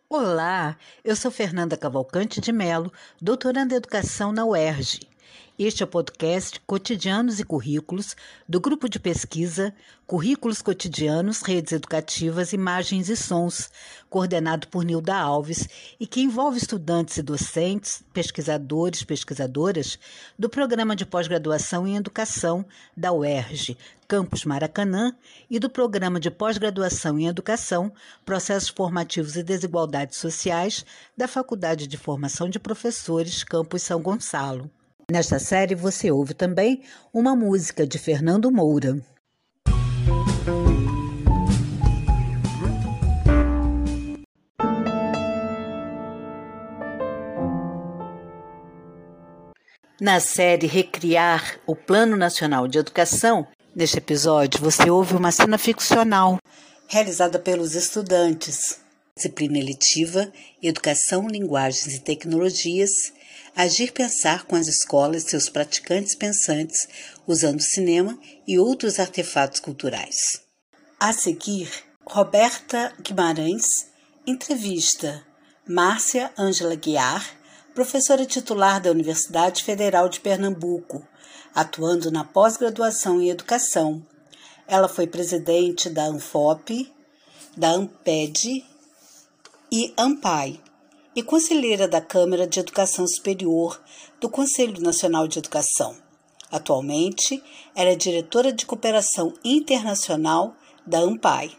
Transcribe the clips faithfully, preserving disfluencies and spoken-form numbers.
Olá, eu sou Fernanda Cavalcante de Melo, doutoranda em Educação na U E R J. Este é o podcast Cotidianos e Currículos, do grupo de pesquisa Currículos Cotidianos, Redes Educativas, Imagens e Sons, coordenado por Nilda Alves e que envolve estudantes e docentes, pesquisadores, pesquisadoras do Programa de Pós-Graduação em Educação da U E R J, Campus Maracanã, e do Programa de Pós-Graduação em Educação, Processos Formativos e Desigualdades Sociais da Faculdade de Formação de Professores, Campus São Gonçalo. Nesta série você ouve também uma música de Fernando Moura. Na série Recriar o Plano Nacional de Educação, neste episódio você ouve uma cena ficcional realizada pelos estudantes. Disciplina eletiva, Educação, Linguagens e Tecnologias, Agir Pensar com as escolas e seus praticantes pensantes, usando cinema e outros artefatos culturais. A seguir, Roberta Guimarães entrevista Márcia Ângela Guiar, professora titular da Universidade Federal de Pernambuco, atuando na pós-graduação em educação. Ela foi presidente da ANFOP, da ANPED e ANPAI, e conselheira da Câmara de Educação Superior do Conselho Nacional de Educação. Atualmente, ela é diretora de Cooperação Internacional da ANPAI.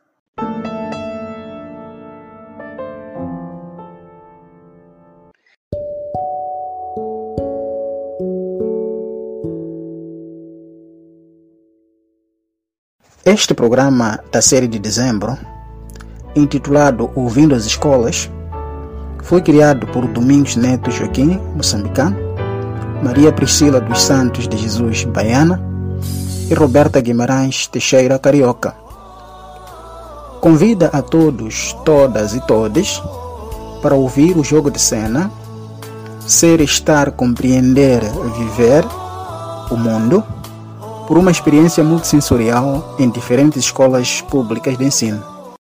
Este programa da série de dezembro, intitulado Ouvindo as Escolas, foi criado por Domingos Neto Joaquim, moçambicano, Maria Priscila dos Santos de Jesus, baiana, e Roberta Guimarães Teixeira, carioca. Convida a todos, todas e todes para ouvir o jogo de cena Ser, Estar, Compreender, Viver o Mundo por uma experiência multissensorial em diferentes escolas públicas de ensino.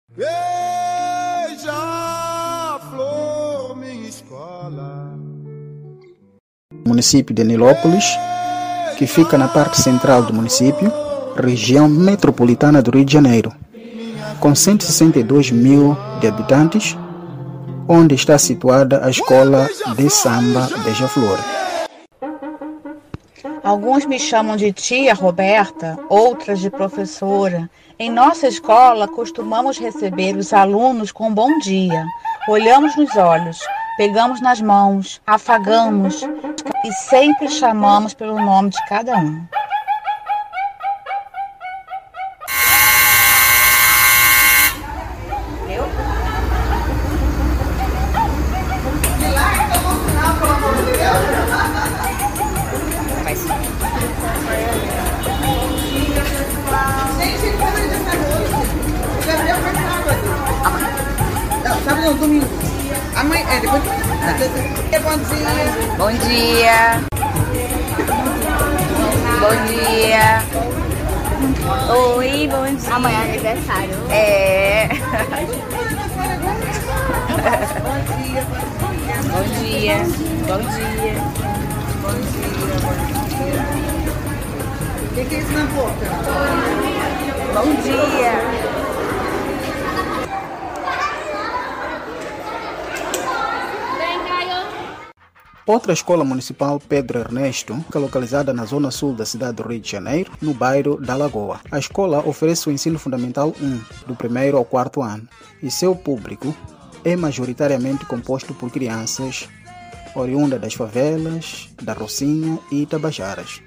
Município de Nilópolis, que fica na parte central do município, região metropolitana do Rio de Janeiro, com cento e sessenta e dois mil de habitantes, onde está situada a Escola de Samba Beija-Flor. Alguns me chamam de tia Roberta, outras de professora. Em nossa escola, costumamos receber os alunos com bom dia. Olhamos nos olhos, pegamos nas mãos, afagamos e sempre chamamos pelo nome de cada um. Sábado ou domingo? Amanhã, é, depois... É, bom dia. Bom dia. Bom dia. Oi, bom dia. Amanhã é aniversário. É. Bom dia. Bom dia. Bom dia. Bom dia, bom dia. O que, que é isso na boca? Bom dia. Outra escola municipal, Pedro Ernesto, que é localizada na zona sul da cidade do Rio de Janeiro, no bairro da Lagoa. A escola oferece o ensino fundamental um, do primeiro ao quarto ano, e seu público é majoritariamente composto por crianças oriundas das favelas, da Rocinha e Itabajaras.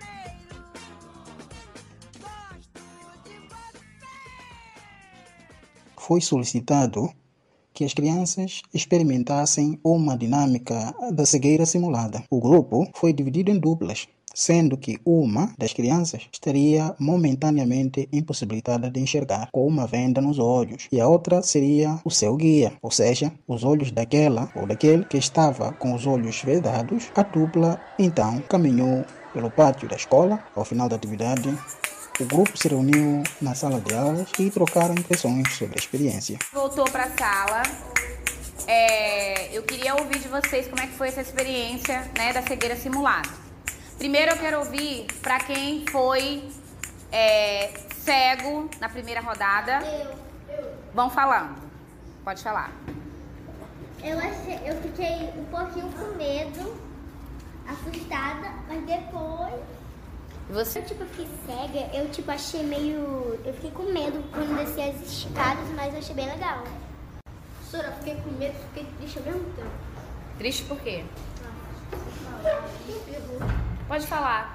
Foi solicitado que as crianças experimentassem uma dinâmica da cegueira simulada. O grupo foi dividido em duplas, sendo que uma das crianças estaria momentaneamente impossibilitada de enxergar, com uma venda nos olhos, e a outra seria o seu guia, ou seja, os olhos daquela ou daquele que estava com os olhos vedados. A dupla então caminhou pelo pátio da escola. Ao final da atividade, o grupo se reuniu na sala de aulas e trocaram impressões sobre a experiência. Voltou para a sala. é, eu queria ouvir de vocês como é que foi essa experiência, né, da cegueira simulada. Primeiro eu quero ouvir para quem foi é, cego na primeira rodada. Eu. Vão falando. Pode falar. Eu, achei, eu fiquei um pouquinho com medo, assustada, mas depois... Você? Eu, tipo, fiquei cega, eu, tipo, achei meio... Eu fiquei com medo quando desci as escadas, mas eu achei bem legal. Professora, eu fiquei com medo, fiquei triste ao mesmo tempo. Triste por quê? Pode falar.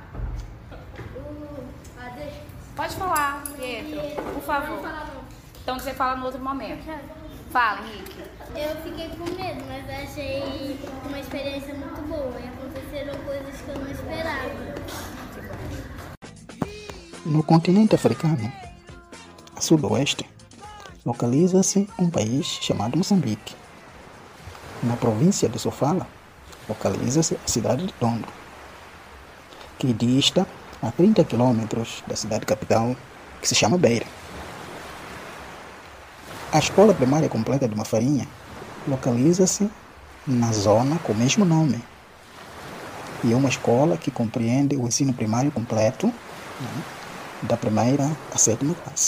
Ah, deixa. Pode falar, Pietro, por favor. Não falar não. Então você fala no outro momento. Fala, Henrique. Eu fiquei com medo, mas achei uma experiência muito boa. E aconteceram coisas que eu não esperava. No continente africano, a sudoeste, localiza-se um país chamado Moçambique. Na província de Sofala, localiza-se a cidade de Tondo, que dista a trinta quilômetros da cidade capital, que se chama Beira. A escola primária completa de Mafarinha localiza-se na zona com o mesmo nome, e é uma escola que compreende o ensino primário completo, né, da primeira à sétima classe.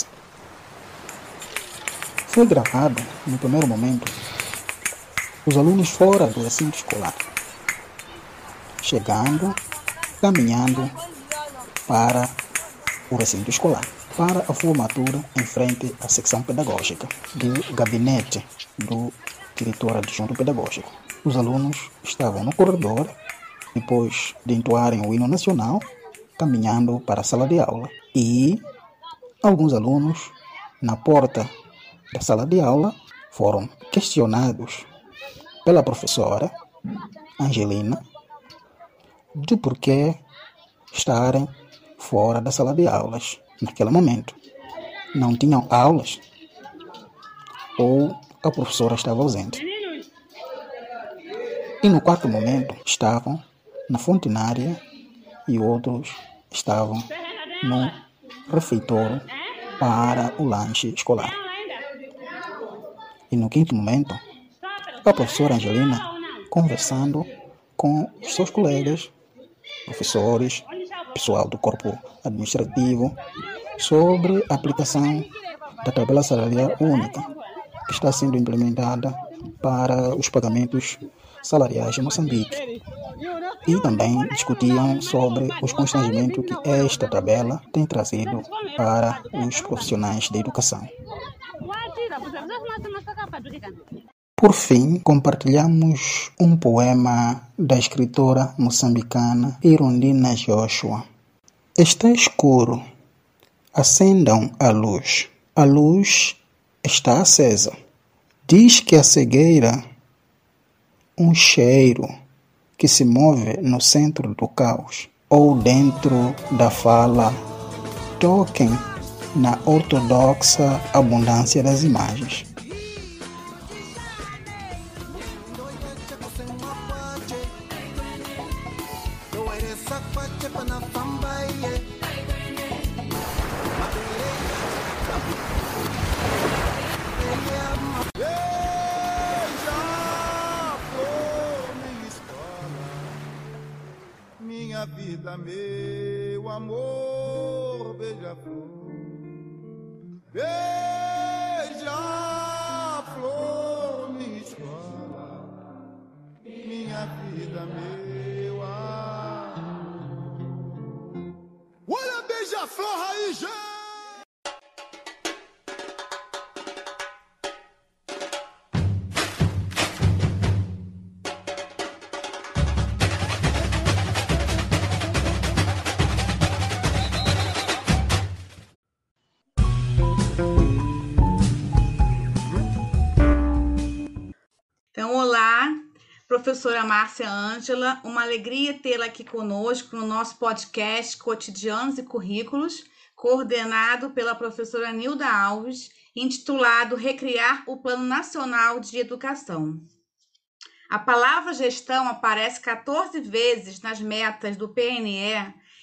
Foi gravado, no primeiro momento, os alunos fora do recinto escolar, chegando, caminhando para o recinto escolar, para a formatura em frente à secção pedagógica do gabinete do diretor adjunto pedagógico. Os alunos estavam no corredor, depois de entoarem o hino nacional, caminhando para a sala de aula. E alguns alunos, na porta da sala de aula, foram questionados pela professora Angelina do porquê estarem fora da sala de aulas naquele momento. Não tinham aulas ou a professora estava ausente. E no quarto momento estavam na fontenária e outros estavam no refeitório para o lanche escolar. E no quinto momento, a professora Angelina conversando com os seus colegas, professores, pessoal do corpo administrativo, sobre a aplicação da tabela salarial única, que está sendo implementada para os pagamentos salariais em Moçambique. E também discutiam sobre os constrangimentos que esta tabela tem trazido para os profissionais da educação. Por fim, compartilhamos um poema da escritora moçambicana Irondina Joshua. Está escuro. Acendam a luz. A luz está acesa. Diz que a cegueira, um cheiro que se move no centro do caos ou dentro da fala, toquem na ortodoxa abundância das imagens. Minha vida, meu amor, beija-flor, beija-flor, minha escola, minha vida, meu amor. Olha, beija-flor, raiz, já! Então, olá, professora Márcia Ângela, uma alegria tê-la aqui conosco no nosso podcast Cotidianos e Currículos, coordenado pela professora Nilda Alves, intitulado Recriar o Plano Nacional de Educação. A palavra gestão aparece quatorze vezes nas metas do P N E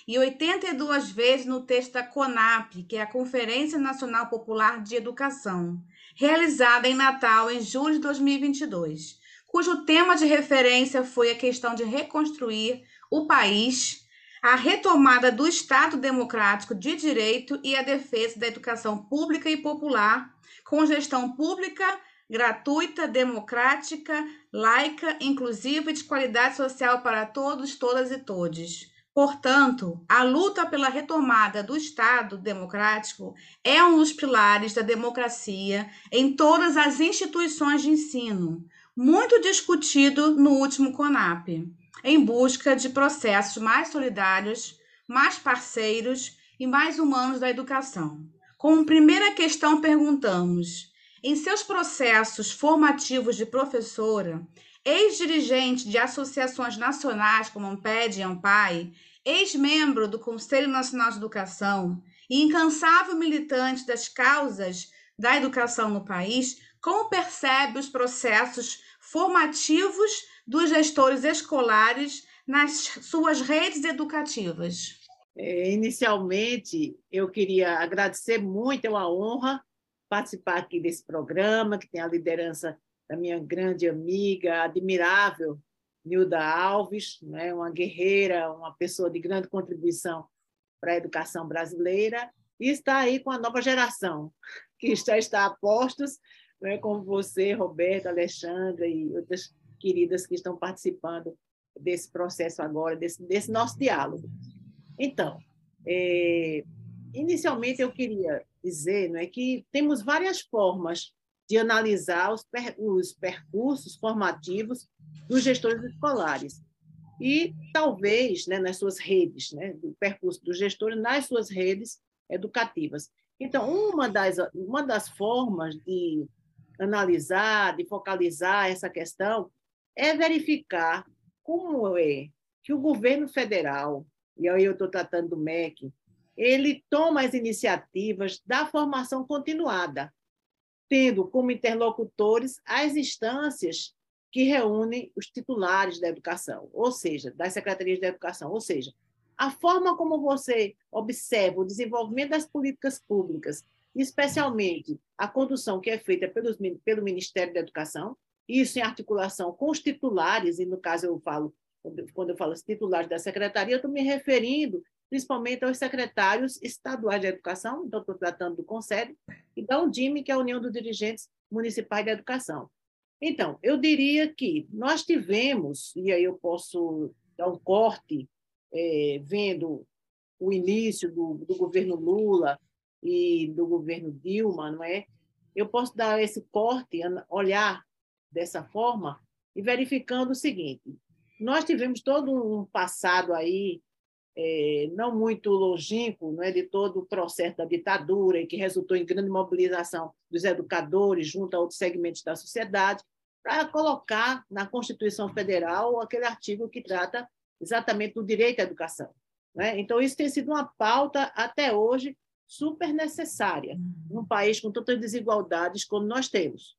e oitenta e duas vezes no texto da CONAP, que é a Conferência Nacional Popular de Educação, realizada em Natal em julho de dois mil e vinte e dois, cujo tema de referência foi a questão de reconstruir o país, a retomada do Estado Democrático de Direito e a defesa da educação pública e popular, com gestão pública, gratuita, democrática, laica, inclusiva e de qualidade social para todos, todas e todes. Portanto, a luta pela retomada do Estado democrático é um dos pilares da democracia em todas as instituições de ensino, muito discutido no último CONAP, em busca de processos mais solidários, mais parceiros e mais humanos da educação. Como primeira questão, perguntamos: em seus processos formativos de professora, ex-dirigente de associações nacionais como Amped e Ampai, ex-membro do Conselho Nacional de Educação e incansável militante das causas da educação no país, como percebe os processos formativos dos gestores escolares nas suas redes educativas? É, inicialmente, eu queria agradecer muito, é uma honra participar aqui desse programa, que tem a liderança da minha grande amiga, admirável, Nilda Alves, né, uma guerreira, uma pessoa de grande contribuição para a educação brasileira, e está aí com a nova geração, que já está a postos, né, como você, Roberto, Alexandra e outras queridas que estão participando desse processo agora, desse, desse nosso diálogo. Então, é, inicialmente eu queria dizer, não é, que temos várias formas de analisar os, per, os percursos formativos dos gestores escolares e talvez, né, nas suas redes, né, do percurso dos gestores nas suas redes educativas. Então, uma das, uma das formas de analisar, de focalizar essa questão é verificar como é que o governo federal, e aí eu estou tratando do M E C, ele toma as iniciativas da formação continuada, tendo como interlocutores as instâncias que reúnem os titulares da educação, ou seja, das secretarias da educação, ou seja, a forma como você observa o desenvolvimento das políticas públicas, especialmente a condução que é feita pelos, pelo Ministério da Educação, isso em articulação com os titulares, e no caso eu falo, quando eu falo os titulares da secretaria, eu estou me referindo principalmente aos secretários estaduais de educação, então estou tratando do CONSEB, e da UNDIME, que é a União dos Dirigentes Municipais da Educação. Então, eu diria que nós tivemos, e aí eu posso dar um corte, é, vendo o início do, do governo Lula e do governo Dilma, não é? Eu posso dar esse corte, olhar dessa forma e verificando o seguinte: nós tivemos todo um passado aí, é, não muito longínquo, não é, de todo o processo da ditadura, e que resultou em grande mobilização dos educadores junto a outros segmentos da sociedade, para colocar na Constituição Federal aquele artigo que trata exatamente do direito à educação, né? Então, isso tem sido uma pauta, até hoje, super necessária, num país com tantas desigualdades como nós temos.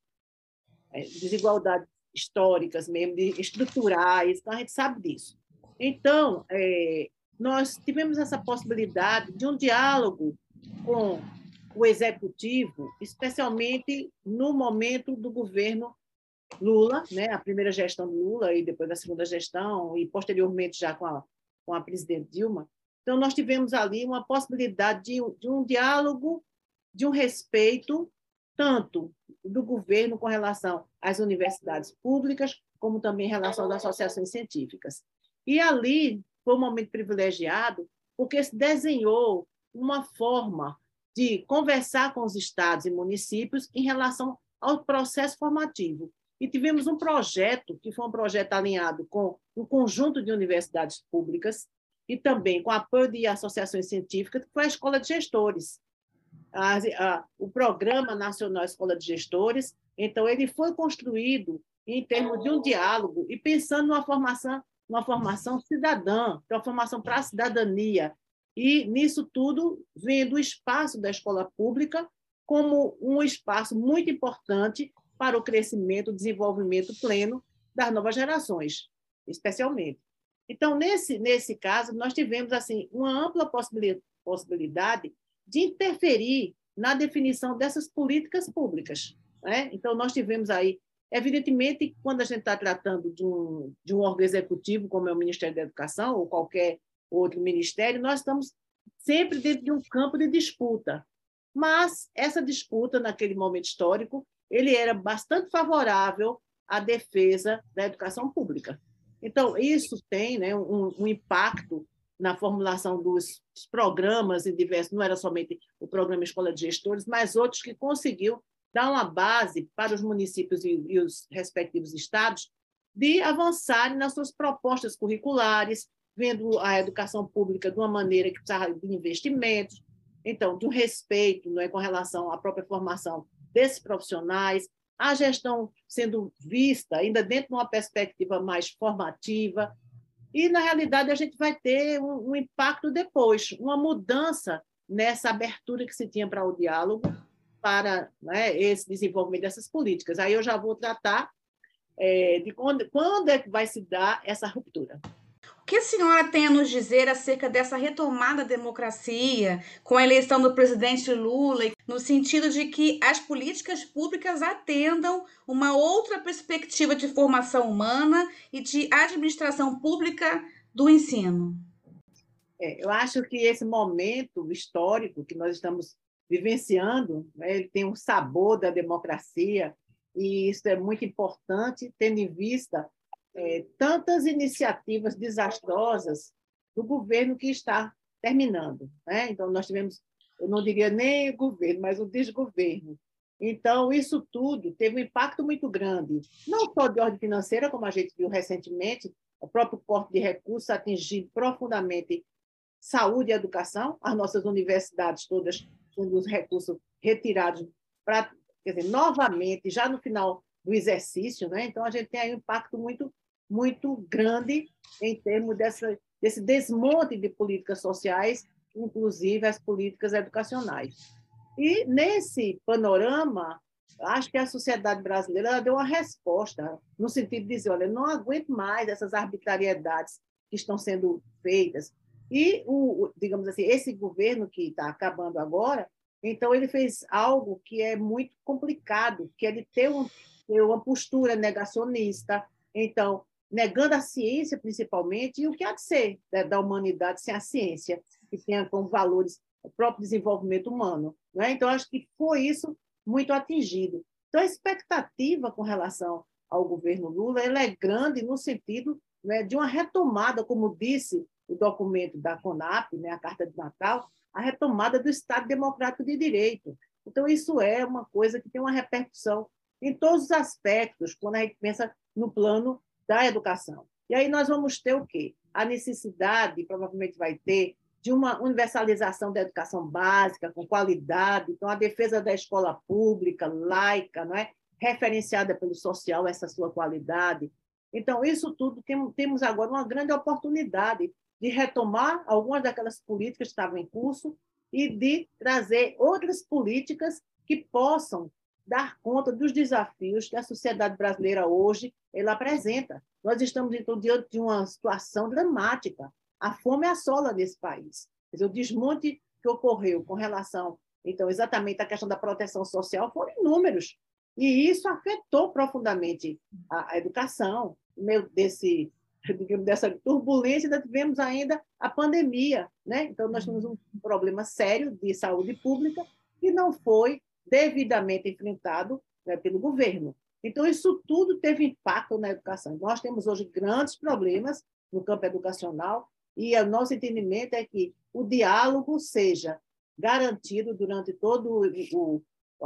É, desigualdades históricas mesmo, estruturais, então a gente sabe disso. Então, é, nós tivemos essa possibilidade de um diálogo com o Executivo, especialmente no momento do governo Lula, né, a primeira gestão do Lula e depois a segunda gestão, e posteriormente já com a, com a presidente Dilma. Então, nós tivemos ali uma possibilidade de, de um diálogo, de um respeito, tanto do governo com relação às universidades públicas, como também em relação às associações científicas. E ali foi um momento privilegiado, porque se desenhou uma forma de conversar com os estados e municípios em relação ao processo formativo. E tivemos um projeto, que foi um projeto alinhado com um conjunto de universidades públicas e também com apoio de associações científicas, que foi a Escola de Gestores, a, a, o Programa Nacional Escola de Gestores. Então, ele foi construído em termos de um diálogo e pensando numa formação, numa formação cidadã, uma formação para a cidadania. E, nisso tudo, vendo o espaço da escola pública como um espaço muito importante para o crescimento e desenvolvimento pleno das novas gerações, especialmente. Então, nesse, nesse caso, nós tivemos assim, uma ampla possibilidade de interferir na definição dessas políticas públicas. Né? Então, nós tivemos aí, evidentemente, quando a gente está tratando de um, de um órgão executivo, como é o Ministério da Educação, ou qualquer outro ministério, nós estamos sempre dentro de um campo de disputa. Mas essa disputa, naquele momento histórico, ele era bastante favorável à defesa da educação pública. Então, isso tem, né, um, um impacto na formulação dos programas em diversos, não era somente o programa Escola de Gestores, mas outros que conseguiu dar uma base para os municípios e, e os respectivos estados de avançarem nas suas propostas curriculares, vendo a educação pública de uma maneira que precisava de investimentos, então, de um respeito, não é, com relação à própria formação desses profissionais, a gestão sendo vista ainda dentro de uma perspectiva mais formativa, e, na realidade, a gente vai ter um, um impacto depois, uma mudança nessa abertura que se tinha para o diálogo, para, né, esse desenvolvimento dessas políticas. Aí eu já vou tratar é, de quando, quando é que vai se dar essa ruptura. O que a senhora tem a nos dizer acerca dessa retomada da democracia com a eleição do presidente Lula, no sentido de que as políticas públicas atendam uma outra perspectiva de formação humana e de administração pública do ensino? É, eu acho que esse momento histórico que nós estamos vivenciando, né, ele tem um sabor da democracia, e isso é muito importante, tendo em vista É, tantas iniciativas desastrosas do governo que está terminando. Né? Então, nós tivemos, eu não diria nem o governo, mas o desgoverno. Então, isso tudo teve um impacto muito grande, não só de ordem financeira, como a gente viu recentemente, o próprio corte de recursos atingindo profundamente saúde e educação, as nossas universidades todas tendo os recursos retirados para, quer dizer, novamente, já no final do exercício. Né? Então, a gente tem aí um impacto muito muito grande em termos dessa, desse desmonte de políticas sociais, inclusive as políticas educacionais. E, nesse panorama, acho que a sociedade brasileira deu uma resposta, no sentido de dizer, olha, não aguento mais essas arbitrariedades que estão sendo feitas. E, o, digamos assim, esse governo que está acabando agora, então, ele fez algo que é muito complicado, que é de ter, um, ter uma postura negacionista, então, negando a ciência, principalmente, e o que há de ser, né, da humanidade sem a ciência, que tenha como valores o próprio desenvolvimento humano. Né? Então, acho que foi isso muito atingido. Então, a expectativa com relação ao governo Lula ela é grande no sentido, né, de uma retomada, como disse o documento da CONAP, né, a Carta de Natal, a retomada do Estado Democrático de Direito. Então, isso é uma coisa que tem uma repercussão em todos os aspectos, quando a gente pensa no plano da educação. E aí nós vamos ter o quê? A necessidade, provavelmente vai ter, de uma universalização da educação básica, com qualidade, então a defesa da escola pública, laica, não é? Referenciada pelo social, essa sua qualidade. Então, isso tudo, temos agora uma grande oportunidade de retomar algumas daquelas políticas que estavam em curso e de trazer outras políticas que possam dar conta dos desafios que a sociedade brasileira hoje ela apresenta. Nós estamos, então, diante de uma situação dramática. A fome assola nesse país. Quer dizer, o desmonte que ocorreu com relação, então, exatamente à questão da proteção social foram inúmeros. E isso afetou profundamente a, a educação. No meio desse, digamos, dessa turbulência, ainda tivemos ainda a pandemia. Né? Então, nós temos um problema sério de saúde pública que não foi devidamente enfrentado, né, pelo governo. Então, isso tudo teve impacto na educação. Nós temos hoje grandes problemas no campo educacional e o nosso entendimento é que o diálogo seja garantido durante todo o, o,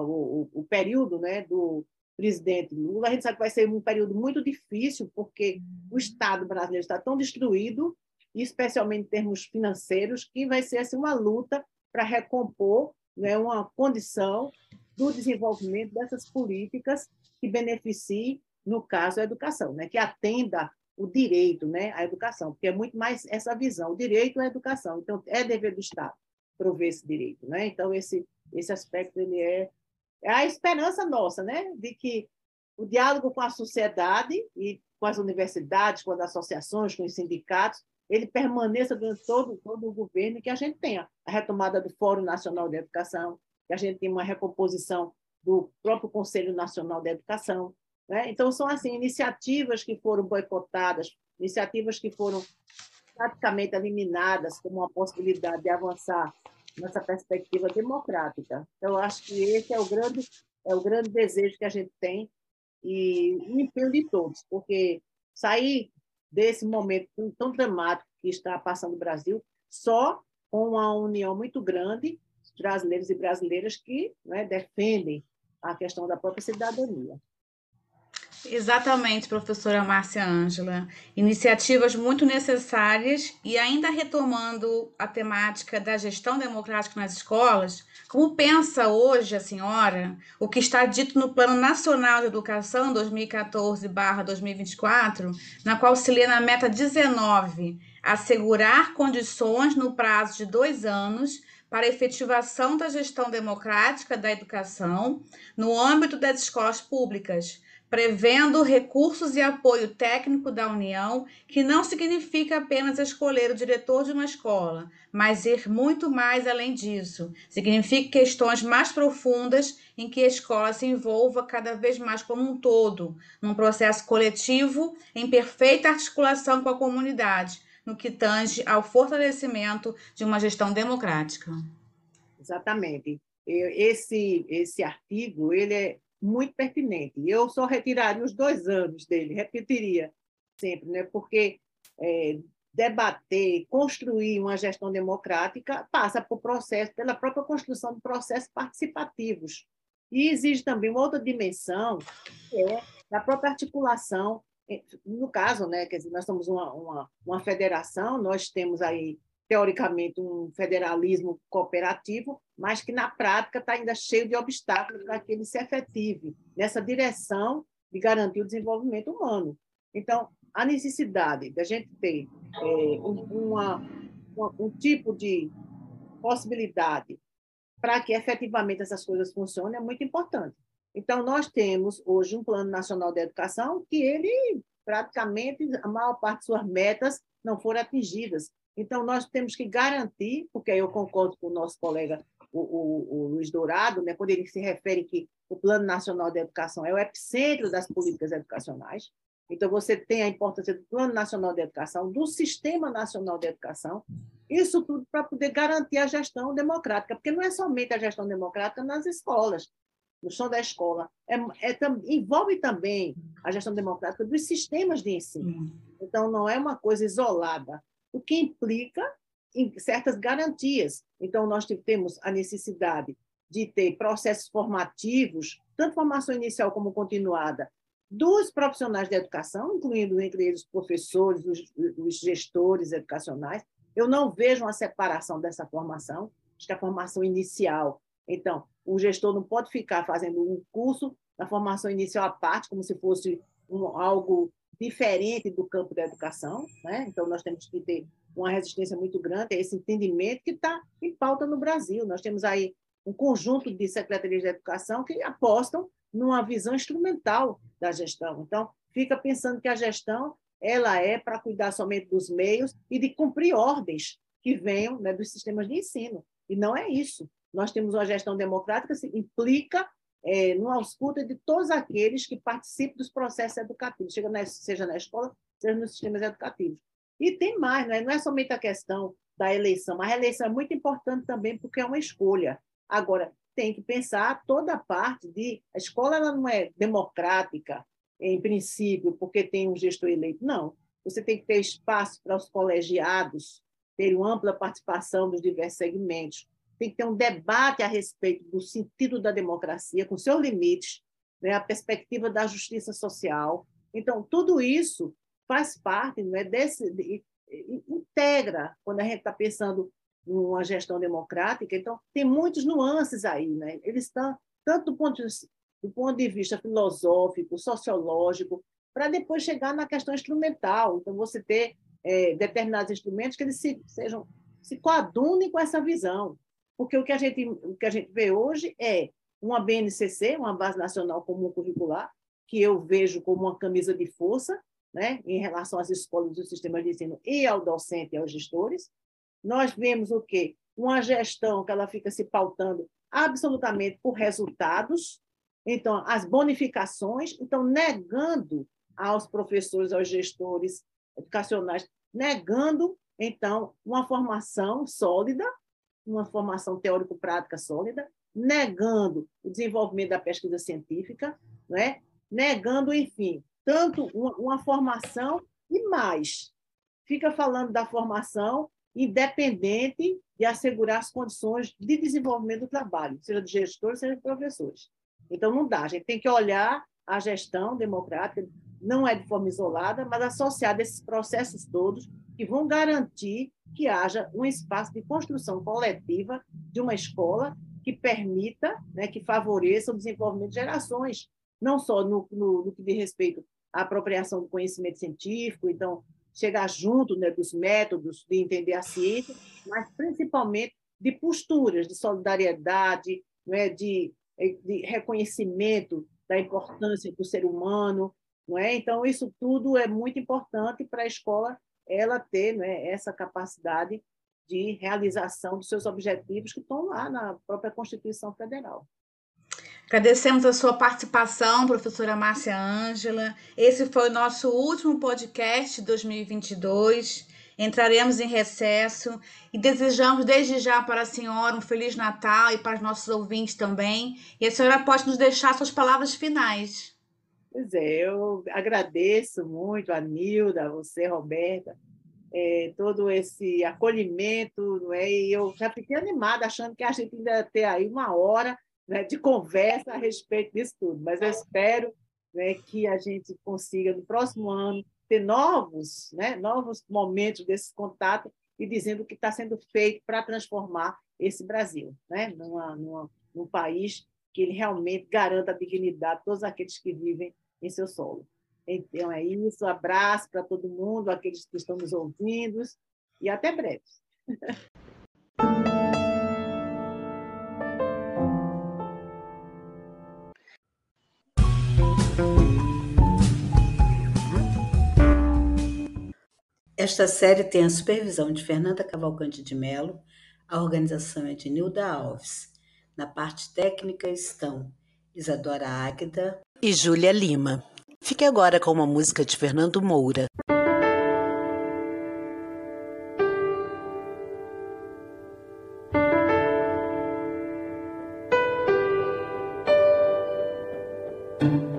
o, o período, né, do presidente Lula. A gente sabe que vai ser um período muito difícil, porque o Estado brasileiro está tão destruído, especialmente em termos financeiros, que vai ser assim, uma luta para recompor, né, uma condição do desenvolvimento dessas políticas que beneficiem, no caso, a educação, né, que atenda o direito, né, à educação, porque é muito mais essa visão, o direito à educação. Então, é dever do Estado prover esse direito. Né? Então, esse, esse aspecto ele é, é a esperança nossa, né, de que o diálogo com a sociedade, e com as universidades, com as associações, com os sindicatos, ele permaneça durante todo, todo o governo e que a gente tenha a retomada do Fórum Nacional de Educação, que a gente tenha uma recomposição do próprio Conselho Nacional de Educação, né? Então, são assim, iniciativas que foram boicotadas, iniciativas que foram praticamente eliminadas como uma possibilidade de avançar nessa perspectiva democrática. Então, eu acho que esse é o grande, é o grande desejo que a gente tem e o empenho de todos, porque sair desse momento tão dramático que está passando o Brasil só com uma união muito grande de brasileiros e brasileiras que, né, defendem a questão da própria cidadania. Exatamente, professora Márcia Ângela. Iniciativas muito necessárias e ainda retomando a temática da gestão democrática nas escolas, como pensa hoje a senhora o que está dito no Plano Nacional de Educação dois mil e quatorze barra dois mil e vinte e quatro, na qual se lê na meta dezenove, assegurar condições no prazo de dois anos para a efetivação da gestão democrática da educação no âmbito das escolas públicas, prevendo recursos e apoio técnico da União, que não significa apenas escolher o diretor de uma escola, mas ir muito mais além disso. Significa questões mais profundas em que a escola se envolva cada vez mais como um todo, num processo coletivo, em perfeita articulação com a comunidade, no que tange ao fortalecimento de uma gestão democrática. Exatamente. Esse, esse artigo, ele é muito pertinente. Eu só retiraria os dois anos dele, repetiria sempre, né? Porque é, debater, construir uma gestão democrática passa por processo, pela própria construção de processos participativos. E exige também uma outra dimensão, que é da própria articulação. No caso, né, quer dizer, nós somos uma, uma, uma federação, nós temos aí, teoricamente, um federalismo cooperativo, mas que, na prática, está ainda cheio de obstáculos para que ele se efetive nessa direção de garantir o desenvolvimento humano. Então, a necessidade da gente ter é, uma, uma, um tipo de possibilidade para que, efetivamente, essas coisas funcionem é muito importante. Então, nós temos, hoje, um Plano Nacional de Educação que ele, praticamente, a maior parte de suas metas não foram atingidas. Então, nós temos que garantir, porque eu concordo com o nosso colega, o, o, o Luiz Dourado, né, quando ele se refere que o Plano Nacional de Educação é o epicentro das políticas educacionais. Então, você tem a importância do Plano Nacional de Educação, do Sistema Nacional de Educação, isso tudo para poder garantir a gestão democrática, porque não é somente a gestão democrática nas escolas, no chão da escola, é, é, envolve também a gestão democrática dos sistemas de ensino. Então, não é uma coisa isolada, o que implica em certas garantias. Então, nós temos a necessidade de ter processos formativos, tanto formação inicial como continuada, dos profissionais da educação, incluindo entre eles os professores, os, os gestores educacionais. Eu não vejo uma separação dessa formação, acho que a formação inicial. Então, o gestor não pode ficar fazendo um curso na formação inicial à parte, como se fosse um, algo diferente do campo da educação, né? Então, nós temos que ter uma resistência muito grande a esse entendimento que está em pauta no Brasil. Nós temos aí um conjunto de secretarias de educação que apostam numa visão instrumental da gestão. Então, fica pensando que a gestão ela é para cuidar somente dos meios e de cumprir ordens que venham, né, dos sistemas de ensino. E não é isso. Nós temos uma gestão democrática que implica é, numa escuta de todos aqueles que participam dos processos educativos, seja na, seja na escola, seja nos sistemas educativos. E tem mais, né? Não é somente a questão da eleição, mas a eleição é muito importante também porque é uma escolha. Agora, tem que pensar toda a parte de... A escola ela não é democrática, em princípio, porque tem um gestor eleito. Não. Você tem que ter espaço para os colegiados terem uma ampla participação dos diversos segmentos. Tem que ter um debate a respeito do sentido da democracia, com seus limites, né? A perspectiva da justiça social. Então, tudo isso faz parte, né, desse... De, integra, quando a gente está pensando numa gestão democrática. Então, tem muitos nuances aí, né? Eles estão, tanto do ponto de, do ponto de vista filosófico, sociológico, para depois chegar na questão instrumental. Então, você ter é, determinados instrumentos que eles se, sejam, se coadunem com essa visão. Porque o que, a gente, o que a gente vê hoje é uma B N C C, uma Base Nacional Comum Curricular, que eu vejo como uma camisa de força, né, em relação às escolas e os sistemas de ensino e ao docente e aos gestores. Nós vemos o quê? Uma gestão que ela fica se pautando absolutamente por resultados, então, as bonificações, então, negando aos professores, aos gestores educacionais, negando, então, uma formação sólida, uma formação teórico-prática sólida, negando o desenvolvimento da pesquisa científica, né? Negando, enfim, tanto uma, uma formação e mais. Fica falando da formação independente de assegurar as condições de desenvolvimento do trabalho, seja de gestores, seja de professores. Então, não dá. A gente tem que olhar a gestão democrática, não é de forma isolada, mas associada a esses processos todos que vão garantir que haja um espaço de construção coletiva de uma escola que permita, né, que favoreça o desenvolvimento de gerações, não só no, no, no que diz respeito à apropriação do conhecimento científico, então, chegar junto, né, dos métodos de entender a ciência, mas principalmente de posturas de solidariedade, né, de, de reconhecimento da importância do ser humano, não é? Então, isso tudo é muito importante para a escola ela ter, né, essa capacidade de realização dos seus objetivos que estão lá na própria Constituição Federal. Agradecemos a sua participação, professora Márcia Ângela. Esse foi o nosso último podcast de dois mil e vinte e dois. Entraremos em recesso e desejamos desde já para a senhora um Feliz Natal e para os nossos ouvintes também. E a senhora pode nos deixar suas palavras finais. Pois é, eu agradeço muito a Nilda, a você, Roberta, é, todo esse acolhimento, não é? E eu já fiquei animada, achando que a gente ainda ia ter aí uma hora, né, de conversa a respeito disso tudo, mas eu espero, né, que a gente consiga, no próximo ano, ter novos, né, novos momentos desse contato e dizendo o que está sendo feito para transformar esse Brasil, né, numa, numa, num país que ele realmente garanta a dignidade de todos aqueles que vivem em seu solo. Então, é isso. Abraço para todo mundo, aqueles que estão nos ouvindo, e até breve. Esta série tem a supervisão de Fernanda Cavalcante de Mello, a organização é de Nilda Alves. Na parte técnica estão Isadora Águeda e Júlia Lima. Fique agora com uma música de Fernando Moura. Thank you.